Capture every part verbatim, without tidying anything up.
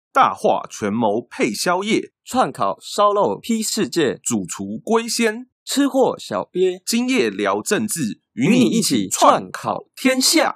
大话权谋配宵夜， 串烤烧肉披世界， 主厨龟仙， 吃货小鳖， 今夜聊政治， 与你一起串烤天下。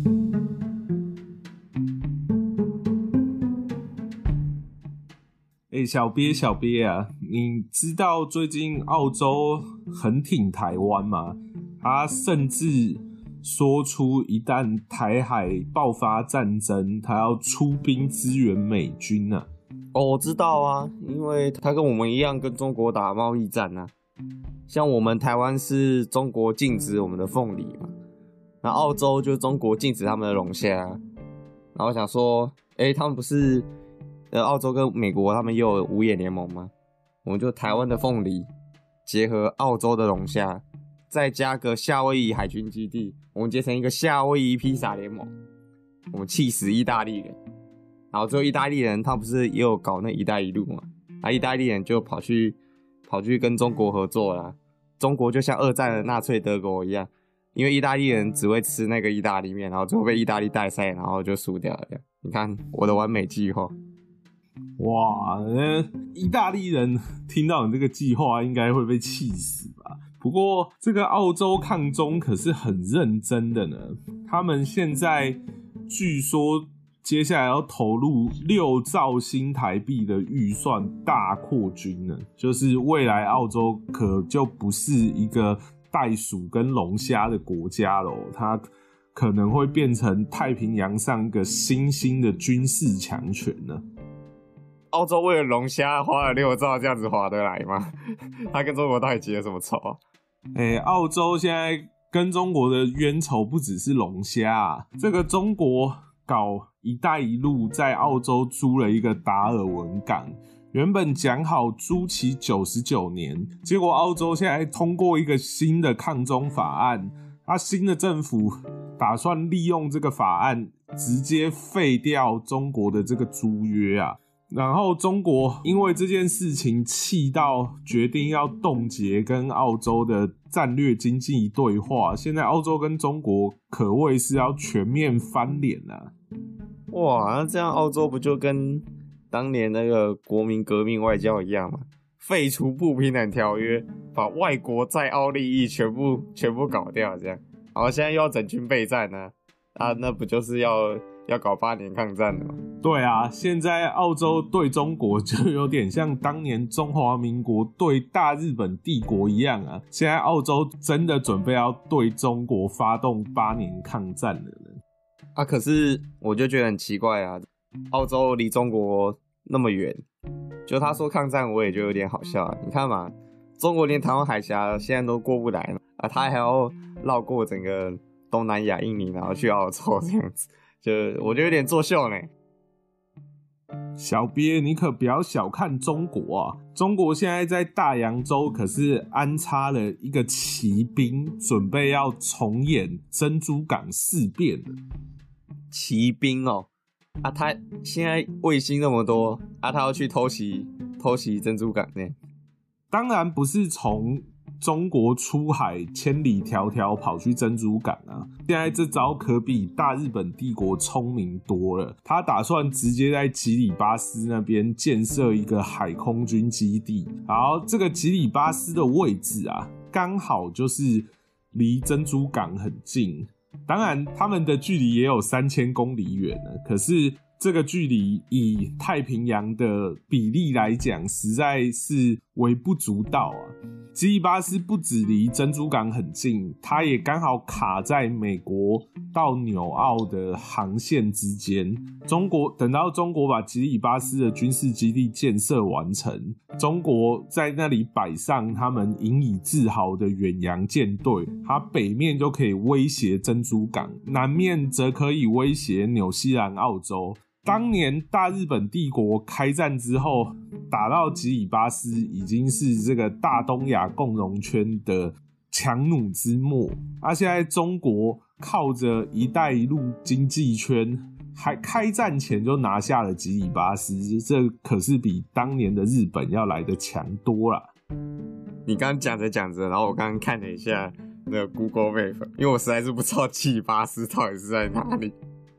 欸，小鳖小鳖啊，你知道最近澳洲很挺台湾吗？他甚至说出一旦台海爆发战争，他要出兵支援美军啊。 哦，我知道啊，因为他跟我们一样跟中国打贸易战啊。像我们台湾是中国禁止我们的凤梨嘛，那澳洲就中国禁止他们的龙虾。然后我想说，诶，他们不是呃澳洲跟美国他们也有五眼联盟吗？我们就台湾的凤梨结合澳洲的龙虾，再加个夏威夷海军基地，我们结成一个夏威夷披萨联盟，我们气死意大利人。然后最后意大利人他不是也有搞那一带一路嘛？那意大利人就跑去跑去跟中国合作啦。中国就像二战的纳粹德国一样，因为意大利人只会吃那个意大利面，然后最后被意大利带赛，然后就输掉了。你看我的完美计划。 哇，意大利人听到你这个计划应该会被气死吧？不过这个澳洲抗中可是很认真的呢，他们现在据说接下来要投入六兆新台币的预算大扩军呢，就是未来澳洲可就不是一个袋鼠跟龙虾的国家了，它可能会变成太平洋上一个新兴的军事强权呢。 澳洲为了龙虾花了六兆，这样子划得来吗？他跟中国到底结了什么仇啊？ 欸，澳洲现在跟中国的冤仇不只是龙虾啊，这个中国搞一带一路在澳洲租了一个达尔文港，原本讲好租期九十九年，结果澳洲现在通过一个新的抗中法案，他新的政府打算利用这个法案直接废掉中国的这个租约啊。然后中国因为这件事情气到决定要冻结跟澳洲的战略经济对话，现在澳洲跟中国可谓是要全面翻脸啊。 哇，那这样澳洲不就跟当年那个国民革命外交一样吗？废除不平等条约，把外国在澳利益全部全部搞掉，这样，然后现在又要整军备战呢？啊，那不就是要要搞八年抗战了吗？ 对啊，现在澳洲对中国就有点像当年中华民国对大日本帝国一样啊。现在澳洲真的准备要对中国发动八年抗战了呢。 啊，可是我就觉得很奇怪啊，澳洲离中国那么远，就他说抗战，我也就有点好笑啊。你看嘛，中国连台湾海峡现在都过不来了啊，他还要绕过整个东南亚、印尼，然后去澳洲这样子，就我觉得有点作秀呢。 小鳖，你可不要小看中国啊！中国现在在大洋洲可是安插了一个骑兵，准备要重演珍珠港事变了。 骑兵哦，啊，他现在卫星那么多，啊，他要去偷袭偷袭珍珠港呢？ 当然不是从中国出海千里迢迢跑去珍珠港啊！现在这招可比大日本帝国聪明多了。他打算直接在吉里巴斯那边建设一个海空军基地，然后这个吉里巴斯的位置啊，刚好就是离珍珠港很近。当然，他们的距离也有三千公里远了，可是这个距离以太平洋的比例来讲，实在是微不足道啊。吉里巴斯不只离珍珠港很近，它也刚好卡在美国到纽澳的航线之间。中国等到中国把吉里巴斯的军事基地建设完成，中国在那里摆上他们引以自豪的远洋舰队，它北面就可以威胁珍珠港，南面则可以威胁纽西兰、澳洲。当年大日本帝国开战之后，打到吉里巴斯已经是这个大东亚共荣圈的强弩之末。啊，现在中国靠着一带一路经济圈，还开战前就拿下了吉里巴斯，这可是比当年的日本要来的强多啦。 你刚刚讲着讲着，然后我刚刚看了一下那个 Google Map， 因为我实在是不知道吉里巴斯到底是在哪里。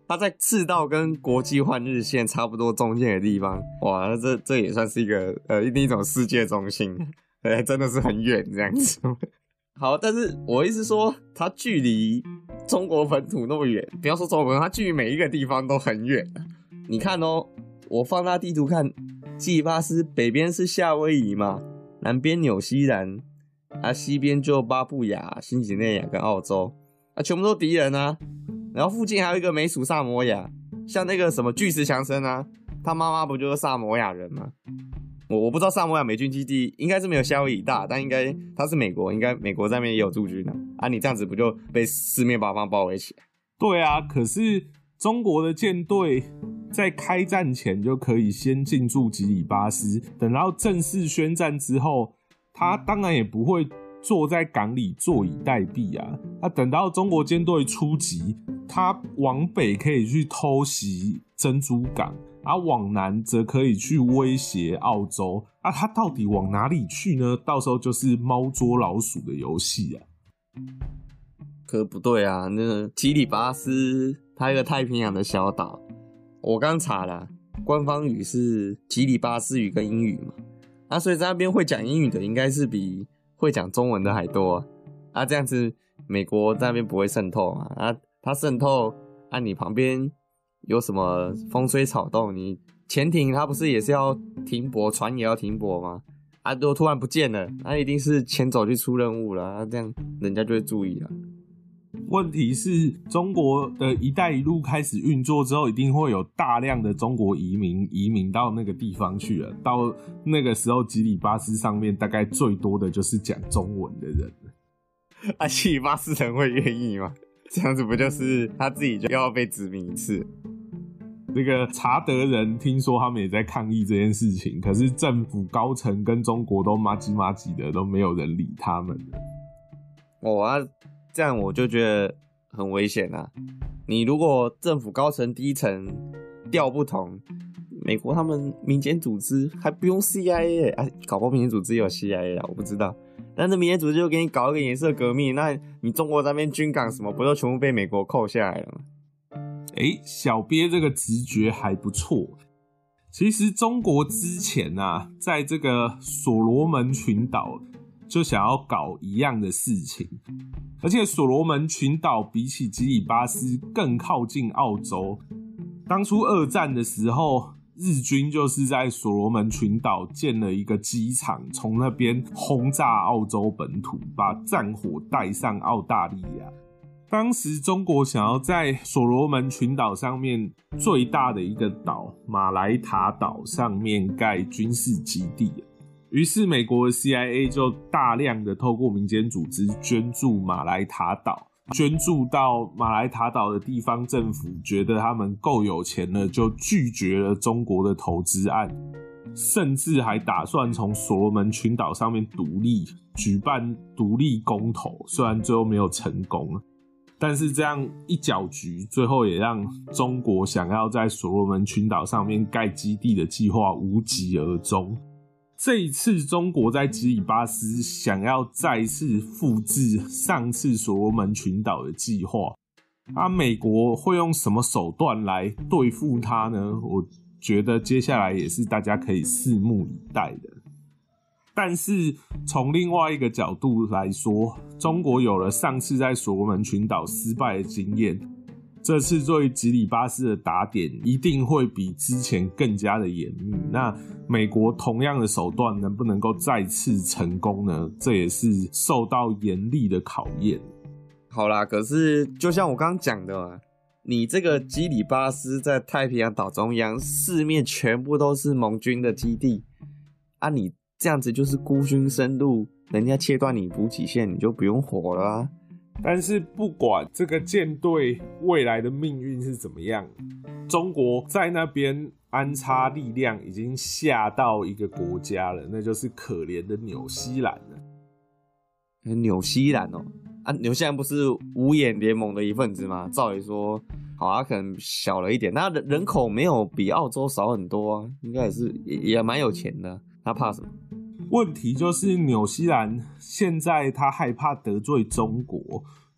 它在赤道跟国际换日线差不多中间的地方，哇，那这这也算是一个呃另一种世界中心，呃，真的是很远这样子。好，但是我意思说，它距离中国本土那么远，不要说中国本土，它距离每一个地方都很远。你看哦，我放大地图看，基里巴斯北边是夏威夷嘛，南边纽西兰，啊西边就巴布亚、新几内亚跟澳洲，啊全部都敌人啊。然后附近还有一个美属萨摩亚，像那个什么巨石强森啊，他妈妈不就是萨摩亚人吗？我我不知道萨摩亚美军基地应该是没有夏威夷大，但应该他是美国，应该美国在那边也有驻军啊。啊，你这样子不就被四面八方包围起来？ 对啊，可是中国的舰队在开战前就可以先进驻基里巴斯，等到正式宣战之后，他当然也不会坐在港里坐以待毙啊。那、啊、等到中国舰队出击，他往北可以去偷袭珍珠港，啊，往南则可以去威胁澳洲。啊，他到底往哪里去呢？到时候就是猫捉老鼠的游戏啊。 可不对啊，那个基里巴斯它一个太平洋的小岛，我刚查了，官方语是基里巴斯语跟英语嘛，啊，所以在那边会讲英语的应该是比会讲中文的还多啊，啊这样子美国在那边不会渗透嘛，啊，它渗透，啊你旁边有什么风吹草动，你潜艇它不是也是要停泊，船也要停泊吗？啊，如果突然不见了，那、啊、一定是前走去出任务了，啊，这样人家就会注意了。 问题是中国的一带一路开始运作之后，一定会有大量的中国移民移民到那个地方去了。到那个时候，基里巴斯上面大概最多的就是讲中文的人。 啊，基里巴斯人会愿意吗？这样子不就是他自己就要被殖民一次？ 这个查德人听说他们也在抗议这件事情，可是政府高层跟中国都麻吉麻吉的，都没有人理他们了。 哦啊，这样我就觉得很危险啊！你如果政府高层低层调不同，美国他们民间组织还不用 C I A 啊，搞不好民间组织也有 C I A 啊，我不知道。但是民间组织就给你搞一个颜色革命，那你中国那边军港什么不都全部被美国扣下来了吗？ 欸，小鳖这个直觉还不错。其实中国之前啊，在这个所罗门群岛就想要搞一样的事情，而且所罗门群岛比起基里巴斯更靠近澳洲。当初二战的时候，日军就是在所罗门群岛建了一个机场，从那边轰炸澳洲本土，把战火带上澳大利亚。当时中国想要在所罗门群岛上面最大的一个岛马来塔岛上面盖军事基地，于是美国的 C I A 就大量的透过民间组织捐助马来塔岛，捐助到马来塔岛的地方政府觉得他们够有钱了，就拒绝了中国的投资案，甚至还打算从所罗门群岛上面独立，举办独立公投，虽然最后没有成功，但是这样一搅局，最后也让中国想要在所罗门群岛上面盖基地的计划无疾而终。这一次中国在基里巴斯想要再次复制上次所罗门群岛的计划，啊，美国会用什么手段来对付它呢？我觉得接下来也是大家可以拭目以待的。但是从另外一个角度来说，中国有了上次在所罗门群岛失败的经验，这次对基里巴斯的打点一定会比之前更加的严密。那美国同样的手段能不能够再次成功呢？这也是受到严厉的考验。 好啦，可是就像我刚刚讲的嘛，你这个基里巴斯在太平洋岛中央，四面全部都是盟军的基地啊，你这样子就是孤军深入，人家切断你补给线，你就不用活了啊。 但是不管这个舰队未来的命运是怎么样，中国在那边安插力量已经下到一个国家了，那就是可怜的纽西兰了。 纽西兰哦，啊，纽西兰不是五眼联盟的一份子吗？照理说，好啊，可能小了一点，那人口没有比澳洲少很多啊，应该也是也也蛮有钱的，他怕什么？ 问题就是纽西兰现在他害怕得罪中国，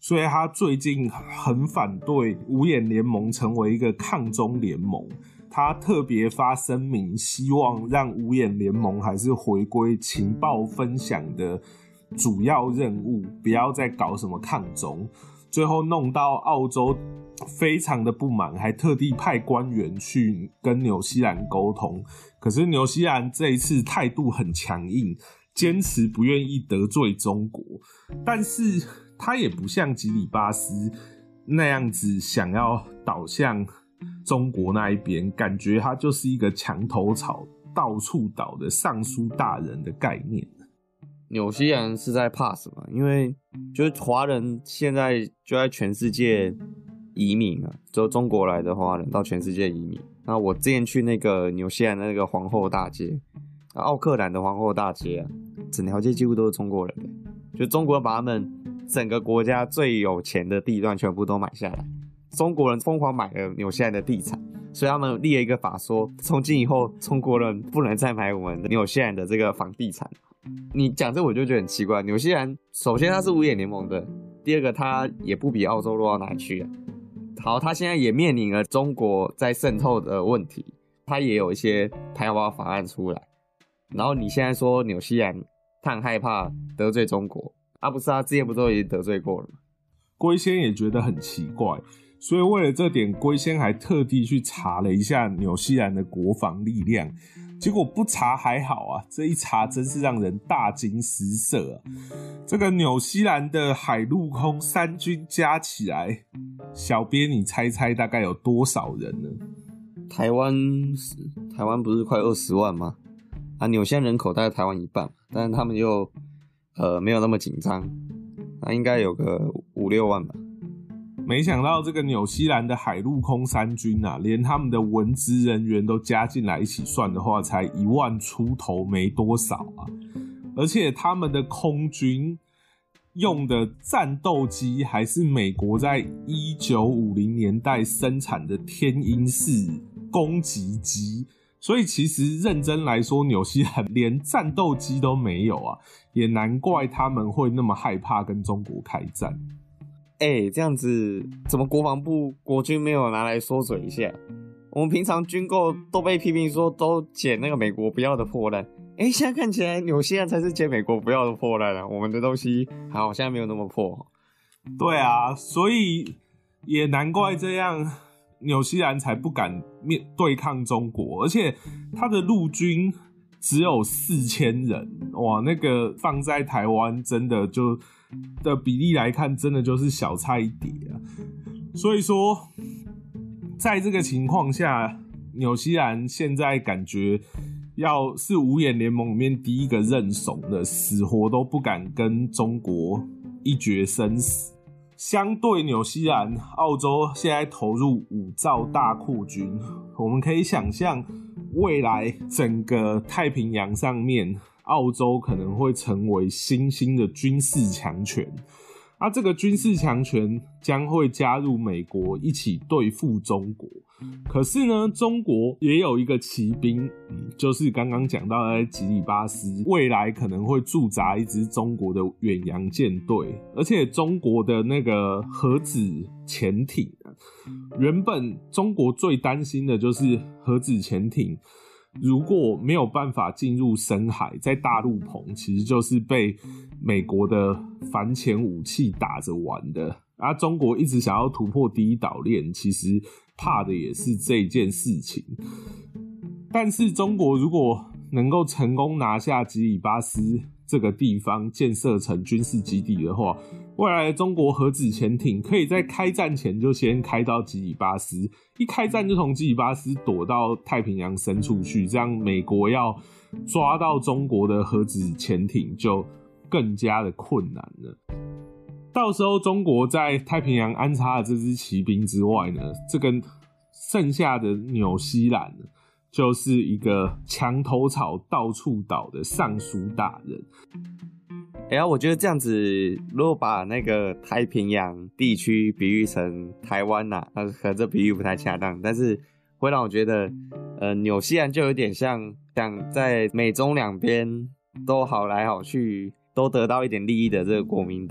所以他最近很反对五眼联盟成为一个抗中联盟。他特别发声明，希望让五眼联盟还是回归情报分享的主要任务，不要再搞什么抗中。最后弄到澳洲非常的不满，还特地派官员去跟纽西兰沟通。可是纽西兰这一次态度很强硬，坚持不愿意得罪中国，但是他也不像吉里巴斯那样子想要倒向中国那一边，感觉他就是一个墙头草，到处倒的尚书大人的概念。 纽西兰是在怕什么？因为就是华人现在就在全世界移民啊，就中国来的华人到全世界移民。那我之前去那个纽西兰的那个皇后大街，奥克兰的皇后大街啊，整条街几乎都是中国人的，就中国人把他们整个国家最有钱的地段全部都买下来。中国人疯狂买了纽西兰的地产，所以他们立了一个法说，从今以后中国人不能再买我们纽西兰的这个房地产。你讲这我就觉得很奇怪，纽西兰首先它是五眼联盟的，第二个它也不比澳洲弱到哪里去啊。好，它现在也面临了中国在渗透的问题，它也有一些排华法案出来。然后你现在说纽西兰他很害怕得罪中国啊，不是啊，之前不都已经得罪过了吗？ 龟仙也觉得很奇怪，所以为了这点，龟仙还特地去查了一下纽西兰的国防力量。结果不查还好啊，这一查真是让人大惊失色啊！这个纽西兰的海陆空三军加起来，小编你猜猜大概有多少人呢？ 台湾台湾不是快二十万吗？啊，纽西兰人口大概台湾一半，但是他们又呃没有那么紧张，那应该有个五六万吧。 没想到这个纽西兰的海陆空三军啊，连他们的文职人员都加进来一起算的话，才一万出头，没多少啊。而且他们的空军用的战斗机还是美国在一九五零年代生产的天鹰式攻击机，所以其实认真来说，纽西兰连战斗机都没有啊，也难怪他们会那么害怕跟中国开战。 哎、欸，这样子怎么国防部国军没有拿来说嘴一下？我们平常军购都被批评说都捡那个美国不要的破烂，哎、欸，现在看起来纽西兰才是捡美国不要的破烂啊！我们的东西好像没有那么破。 对啊，所以也难怪这样，纽西兰才不敢面对抗中国，而且他的陆军只有四千人，哇，那个放在台湾真的就的比例来看，真的就是小菜一碟啊。所以说，在这个情况下，纽西兰现在感觉要是五眼联盟里面第一个认怂的，死活都不敢跟中国一决生死。相对纽西兰，澳洲现在投入五兆大扩军，我们可以想象未来整个太平洋上面，澳洲可能会成为新兴的军事强权。啊，这个军事强权将会加入美国一起对付中国。可是呢，中国也有一个骑兵，嗯、就是刚刚讲到的吉里巴斯，未来可能会驻扎一支中国的远洋舰队，而且中国的那个核子潜艇啊，原本中国最担心的就是核子潜艇如果没有办法进入深海，在大陆棚其实就是被美国的反潜武器打着玩的。啊，中国一直想要突破第一岛链，其实怕的也是这一件事情。但是中国如果能够成功拿下吉里巴斯这个地方，建设成军事基地的话，未来的中国核子潜艇可以在开战前就先开到吉里巴斯，一开战就从吉里巴斯躲到太平洋深处去，这样美国要抓到中国的核子潜艇就更加的困难了。到时候中国在太平洋安插了这支骑兵之外呢，这个剩下的纽西兰呢，就是一个墙头草到处倒的尚书大人。 哎、欸、呀，我觉得这样子，如果把那个太平洋地区比喻成台湾呐、啊，可能这比喻不太恰当，但是会让我觉得，呃，纽西兰就有点像像在美中两边都好来好去，都得到一点利益的这个国民党。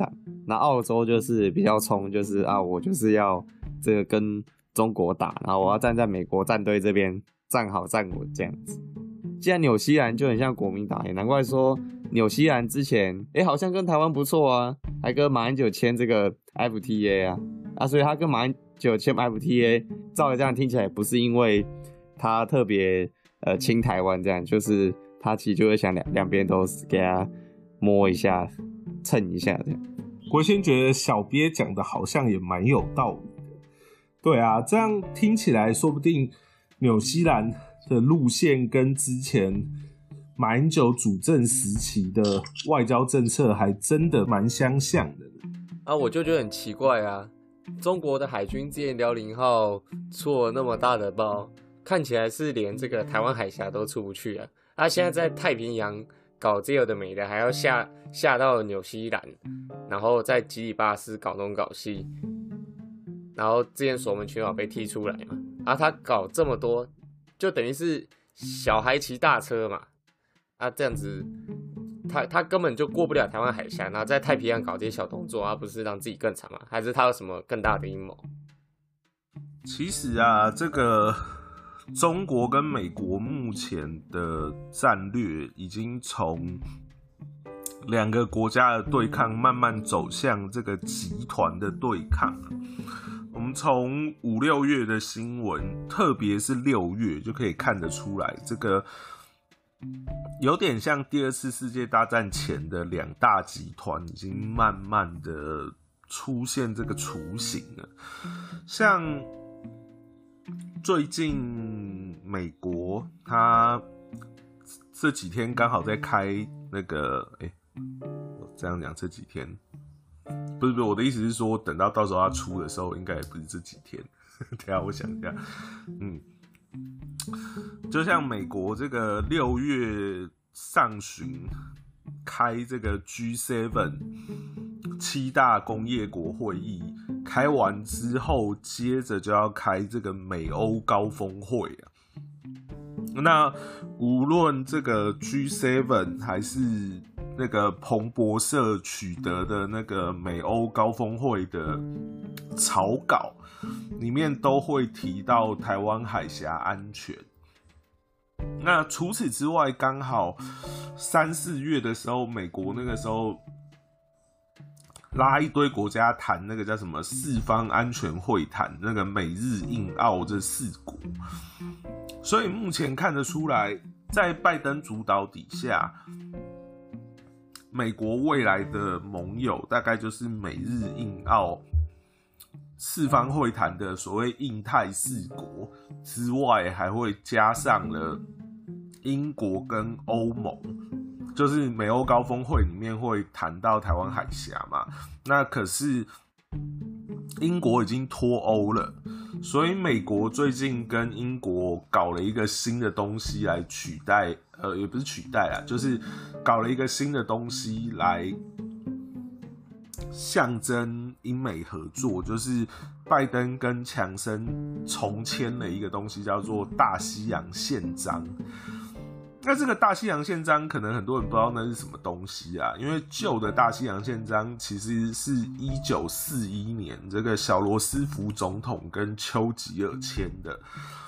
那澳洲就是比较冲，就是啊，我就是要这个跟中国打，然后我要站在美国战队这边站好站稳这样子。既然纽西兰就很像国民党，也难怪说纽西兰之前哎、欸、好像跟台湾不错啊，还跟马英九签这个 F T A 啊，啊，所以他跟马英九签 F T A， 照理这样听起来不是因为他特别呃亲台湾这样，就是他其实就会想两两边都给他摸一下、蹭一下这样。 国先觉得小鳖讲的好像也蛮有道理的，对啊，这样听起来说不定纽西兰的路线跟之前马英九主政时期的外交政策还真的蛮相像的啊，我就觉得很奇怪啊，中国的海军之前辽宁号出了那么大的包，看起来是连这个台湾海峡都出不去啊，啊，现在在太平洋搞这有的没的，还要下下到纽西兰，然后在吉里巴斯搞东搞西，然后之前所门群岛被踢出来嘛，啊，他搞这么多，就等于是小孩骑大车嘛，啊，这样子，他他根本就过不了台湾海峡，然后在太平洋搞这些小动作，啊，不是让自己更惨吗？还是他有什么更大的阴谋？ 其实啊，这个中国跟美国目前的战略已经从两个国家的对抗慢慢走向这个集团的对抗。我们从五六月的新闻，特别是六月就可以看得出来，这个有点像第二次世界大战前的两大集团已经慢慢的出现这个雏形了。像最近美国，他这几天刚好在开那个，哎、欸，我这样讲这几天。不是不是，我的意思是说，等到到时候他出的时候，应该也不是这几天。等一下我想一下，嗯，就像美国这个六月上旬开这个 G 七 七大工业国会议，开完之后，接着就要开这个美欧高峰会啊。那无论这个 G 七 还是那个彭博社取得的那个美欧高峰会的草稿里面都会提到台湾海峡安全。那除此之外，刚好三四月的时候，美国那个时候拉一堆国家谈那个叫什么四方安全会谈，那个美日印澳这四国。所以目前看得出来，在拜登主导底下，美国未来的盟友大概就是美日印澳四方会谈的所谓印太四国之外，还会加上了英国跟欧盟，就是美欧高峰会里面会谈到台湾海峡嘛。那可是英国已经脱欧了，所以美国最近跟英国搞了一个新的东西来取代，呃，也不是取代啊，就是搞了一个新的东西来象征英美合作，就是拜登跟强生重签了一个东西，叫做大西洋宪章。那这个大西洋宪章可能很多人不知道那是什么东西啊，因为旧的大西洋宪章其实是一九四一年这个小罗斯福总统跟丘吉尔签的。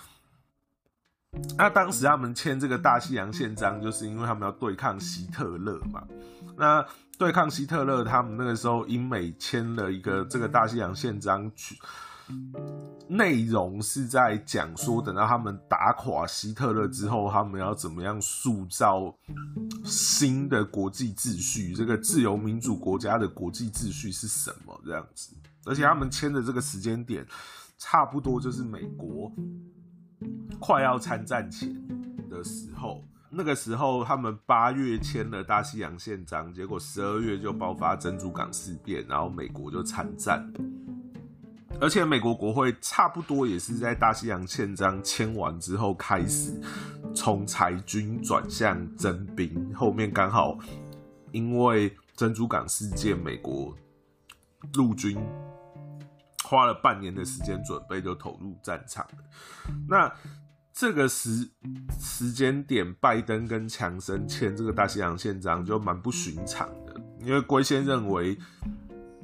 那当时他们签这个大西洋宪章，就是因为他们要对抗希特勒嘛。那对抗希特勒，他们那个时候英美签了一个这个大西洋宪章，内容是在讲说，等到他们打垮希特勒之后，他们要怎么样塑造新的国际秩序，这个自由民主国家的国际秩序是什么这样子。而且他们签的这个时间点，差不多就是美国快要参战前的时候。那个时候他们八月签了大西洋宪章，结果十二月就爆发珍珠港事变，然后美国就参战。而且美国国会差不多也是在大西洋宪章签完之后开始从裁军转向征兵，后面刚好因为珍珠港事件，美国陆军花了半年的时间准备就投入战场了。那这个时时间点，拜登跟强生签这个大西洋宪章就蛮不寻常的，因为龟先认为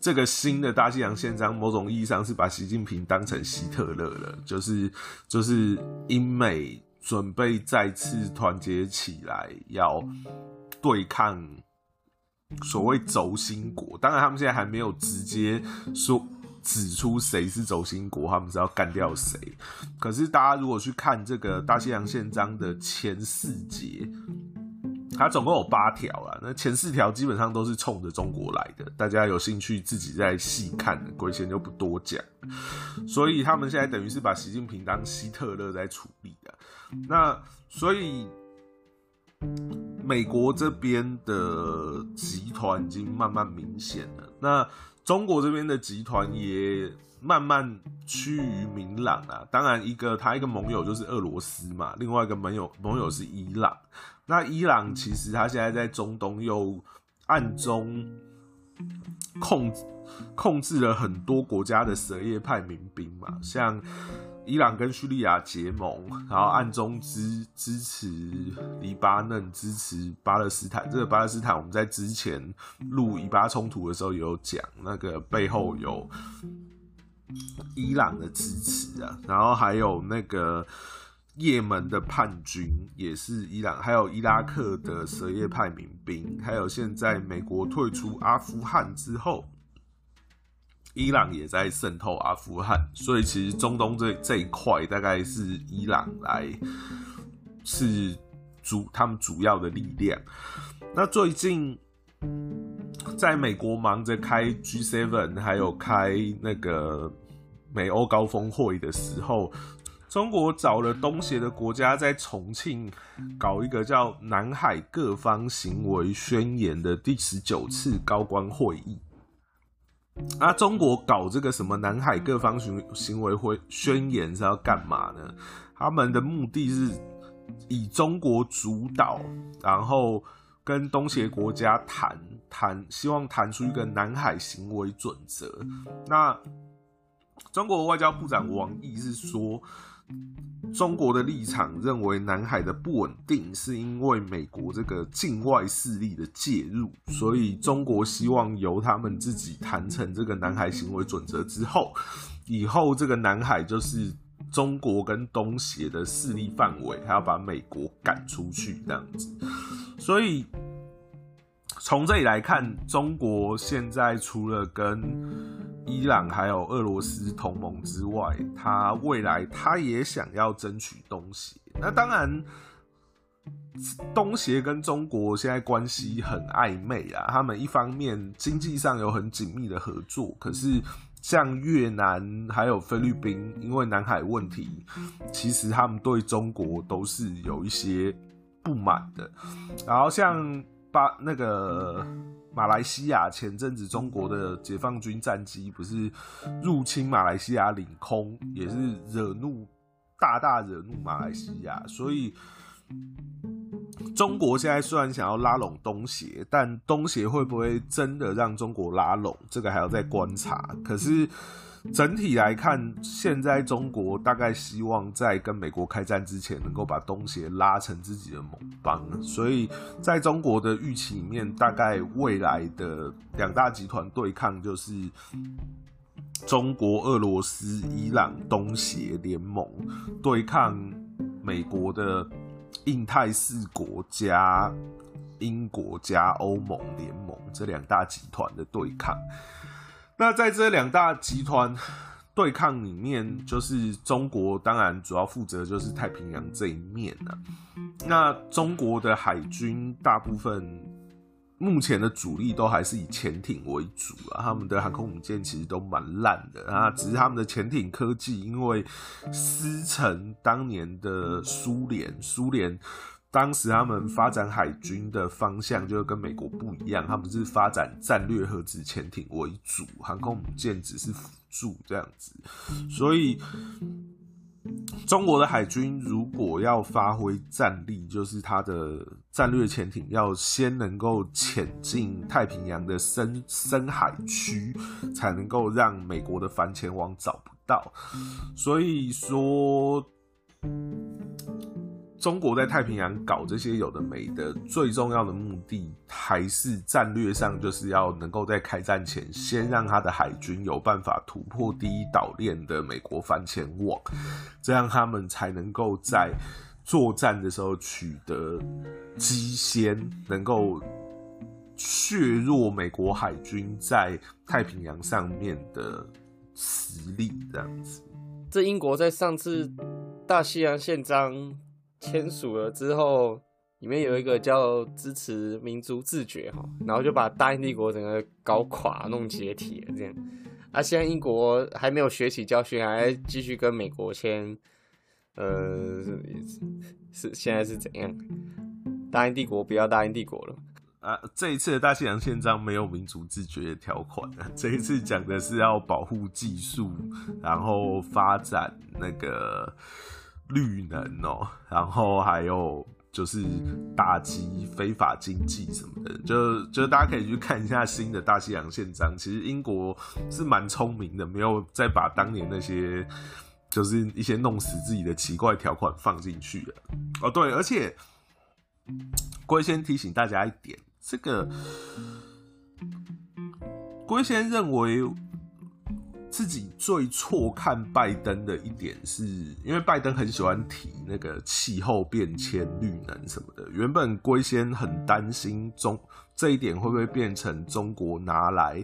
这个新的大西洋宪章，某种意义上是把习近平当成希特勒了，就是就是英美准备再次团结起来，要对抗所谓轴心国。当然，他们现在还没有直接说指出谁是轴心国，他们是要干掉谁。可是大家如果去看这个大西洋宪章的前四节，它总共有八条啦，那前四条基本上都是冲着中国来的，大家有兴趣自己再细看，鬼贤就不多讲。所以他们现在等于是把习近平当希特勒在处理啊。那所以美国这边的集团已经慢慢明显了，那中国这边的集团也慢慢趋于明朗啊。当然，一个他一个盟友就是俄罗斯嘛，另外一个盟友盟友是伊朗。那伊朗其实他现在在中东又暗中控控制了很多国家的什叶派民兵嘛，像伊朗跟叙利亚结盟，然后暗中支支持黎巴嫩，支持巴勒斯坦。这个巴勒斯坦我们在之前录以巴冲突的时候也有讲，那个背后有伊朗的支持啊，然后还有那个也门的叛军也是伊朗，还有伊拉克的什叶派民兵，还有现在美国退出阿富汗之后，伊朗也在渗透阿富汗，所以其实中东 这, 这一块大概是伊朗来是主他们主要的力量。那最近在美国忙着开 G 七 还有开那个美欧高峰会的时候，中国找了东协的国家在重庆搞一个叫南海各方行为宣言的第十九次高官会议。啊，中国搞这个什么南海各方行为宣言是要干嘛呢？他们的目的是以中国主导，然后跟东协国家谈谈，希望谈出一个南海行为准则。那中国外交部长王毅是说，中国的立场认为南海的不稳定是因为美国这个境外势力的介入，所以中国希望由他们自己谈成这个南海行为准则之后，以后这个南海就是中国跟东协的势力范围，还要把美国赶出去这样子。所以从这里来看，中国现在除了跟伊朗还有俄罗斯同盟之外，他未来他也想要争取东协。那当然，东协跟中国现在关系很暧昧啊，他们一方面经济上有很紧密的合作，可是像越南还有菲律宾，因为南海问题，其实他们对中国都是有一些不满的。然后像巴那个马来西亚，前阵子中国的解放军战机不是入侵马来西亚领空，也是惹怒大大惹怒马来西亚，所以中国现在虽然想要拉拢东协，但东协会不会真的让中国拉拢，这个还要再观察。可是整体来看，现在中国大概希望在跟美国开战之前能够把东协拉成自己的盟邦，所以在中国的预期里面，大概未来的两大集团对抗就是中国、俄罗斯、伊朗、东协联盟对抗美国的印太四国加英国加欧盟联盟，这两大集团的对抗。那在这两大集团对抗里面，就是中国当然主要负责就是太平洋这一面啊。那中国的海军大部分目前的主力都还是以潜艇为主啊，他们的航空母舰其实都蛮烂的啊，只是他们的潜艇科技因为师承当年的苏联，苏联当时他们发展海军的方向就跟美国不一样，他们是发展战略核子潜艇为主，航空母舰只是辅助这样子。所以中国的海军如果要发挥战力，就是它的战略潜艇要先能够潜进太平洋的 深, 深海区，才能够让美国的反潜网找不到。所以说中国在太平洋搞这些有的没的，最重要的目的还是战略上，就是要能够在开战前先让他的海军有办法突破第一岛链的美国反潜网，这样他们才能够在作战的时候取得机先，能够削弱美国海军在太平洋上面的实力，这样子。 这英国在上次大西洋宪章签署了之后，里面有一个叫支持民族自决，然后就把大英帝国整个搞垮、弄解体了这样。啊，现在英国还没有学起教训，还继续跟美国签，呃，是现在是怎样？大英帝国不要大英帝国了。 啊，这一次的大西洋宪章没有民主自决的条款啊，这一次讲的是要保护技术，然后发展那个绿能哦，然后还有就是打击非法经济什么的，就就大家可以去看一下新的大西洋宪章。其实英国是蛮聪明的，没有再把当年那些就是一些弄死自己的奇怪条款放进去了。哦，对，而且龟先提醒大家一点。这个龟先认为自己最错看拜登的一点是，因为拜登很喜欢提那个气候变迁、绿能什么的。原本龟先很担心中这一点会不会变成中国拿来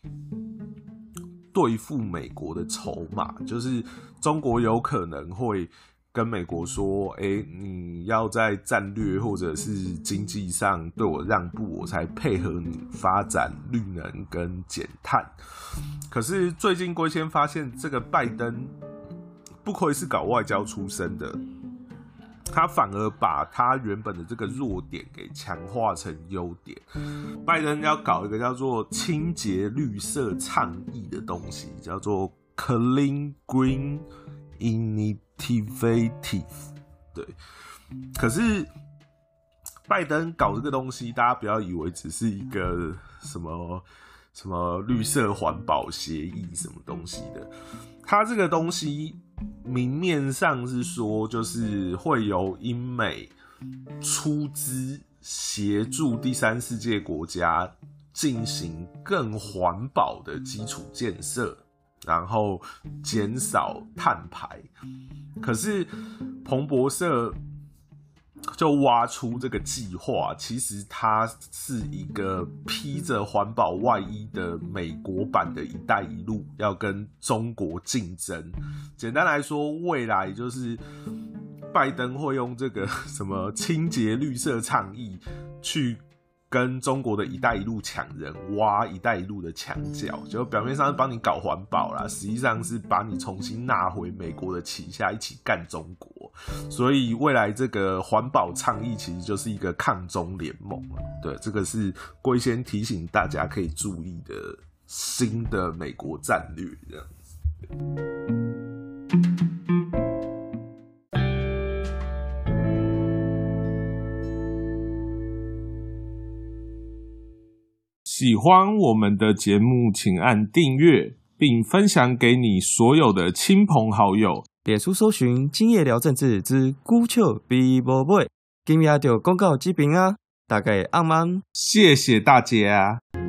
对付美国的筹码，就是中国有可能会跟美国说，欸，你要在战略或者是经济上对我让步，我才配合你发展绿能跟减碳。可是最近龟先发现，这个拜登不愧是搞外交出身的，他反而把他原本的这个弱点给强化成优点。拜登要搞一个叫做清洁绿色倡议的东西，叫做 Clean Green Initiative， 对。可是拜登搞这个东西，大家不要以为只是一个什么什么绿色环保协议什么东西的，他这个东西明面上是说，就是会由英美出资协助第三世界国家进行更环保的基础建设，然后减少碳排。可是彭博社就挖出这个计划，其实它是一个披着环保外衣的美国版的一带一路，要跟中国竞争。简单来说，未来就是拜登会用这个什么清洁绿色倡议去跟中国的一带一路抢人，挖一带一路的墙角，就表面上是帮你搞环保啦，实际上是把你重新纳回美国的旗下，一起干中国。所以未来这个环保倡议其实就是一个抗中联盟啦。对，这个是龟先提醒大家可以注意的新的美国战略，这样子。喜欢我们的节目，请按订阅，并分享给你所有的亲朋好友。 脸书搜寻今夜聊政治之孤笑比无尾，今夜就广告这边啊，大家按慢。 谢谢大家。